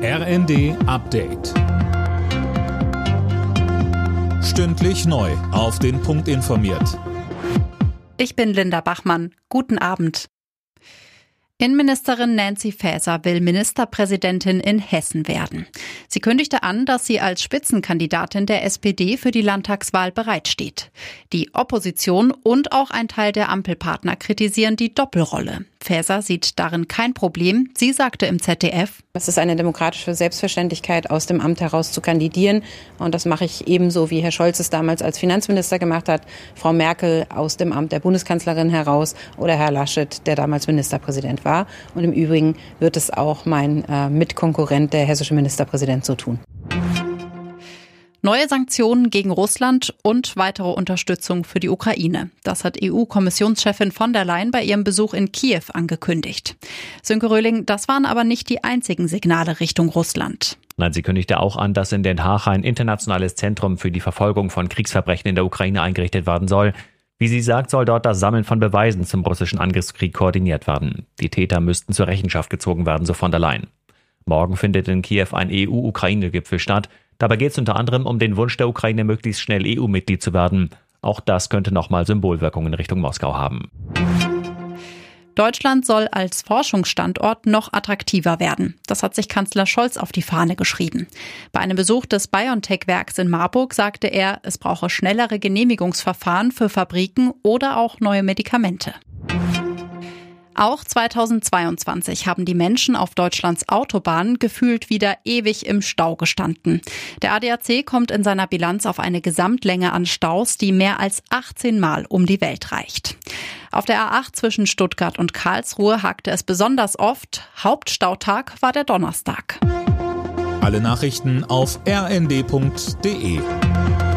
RND Update. Stündlich neu auf den Punkt informiert. Ich bin Linda Bachmann. Guten Abend. Innenministerin Nancy Faeser will Ministerpräsidentin in Hessen werden. Sie kündigte an, dass sie als Spitzenkandidatin der SPD für die Landtagswahl bereitsteht. Die Opposition und auch ein Teil der Ampelpartner kritisieren die Doppelrolle. Faeser sieht darin kein Problem. Sie sagte im ZDF: Es ist eine demokratische Selbstverständlichkeit, aus dem Amt heraus zu kandidieren. Und das mache ich ebenso, wie Herr Scholz es damals als Finanzminister gemacht hat, Frau Merkel aus dem Amt der Bundeskanzlerin heraus oder Herr Laschet, der damals Ministerpräsident war. Und im Übrigen wird es auch mein Mitkonkurrent, der hessische Ministerpräsident, so tun. Neue Sanktionen gegen Russland und weitere Unterstützung für die Ukraine. Das hat EU-Kommissionschefin von der Leyen bei ihrem Besuch in Kiew angekündigt. Sönke Röhling, das waren aber nicht die einzigen Signale Richtung Russland. Nein, sie kündigte auch an, dass in Den Haag ein internationales Zentrum für die Verfolgung von Kriegsverbrechen in der Ukraine eingerichtet werden soll. Wie sie sagt, soll dort das Sammeln von Beweisen zum russischen Angriffskrieg koordiniert werden. Die Täter müssten zur Rechenschaft gezogen werden, so von der Leyen. Morgen findet in Kiew ein EU-Ukraine-Gipfel statt. Dabei geht es unter anderem um den Wunsch der Ukraine, möglichst schnell EU-Mitglied zu werden. Auch das könnte nochmal Symbolwirkung in Richtung Moskau haben. Deutschland soll als Forschungsstandort noch attraktiver werden. Das hat sich Kanzler Scholz auf die Fahne geschrieben. Bei einem Besuch des BioNTech-Werks in Marburg sagte er, es brauche schnellere Genehmigungsverfahren für Fabriken oder auch neue Medikamente. Auch 2022 haben die Menschen auf Deutschlands Autobahnen gefühlt wieder ewig im Stau gestanden. Der ADAC kommt in seiner Bilanz auf eine Gesamtlänge an Staus, die mehr als 18 Mal um die Welt reicht. Auf der A8 zwischen Stuttgart und Karlsruhe hakte es besonders oft. Hauptstautag war der Donnerstag. Alle Nachrichten auf rnd.de.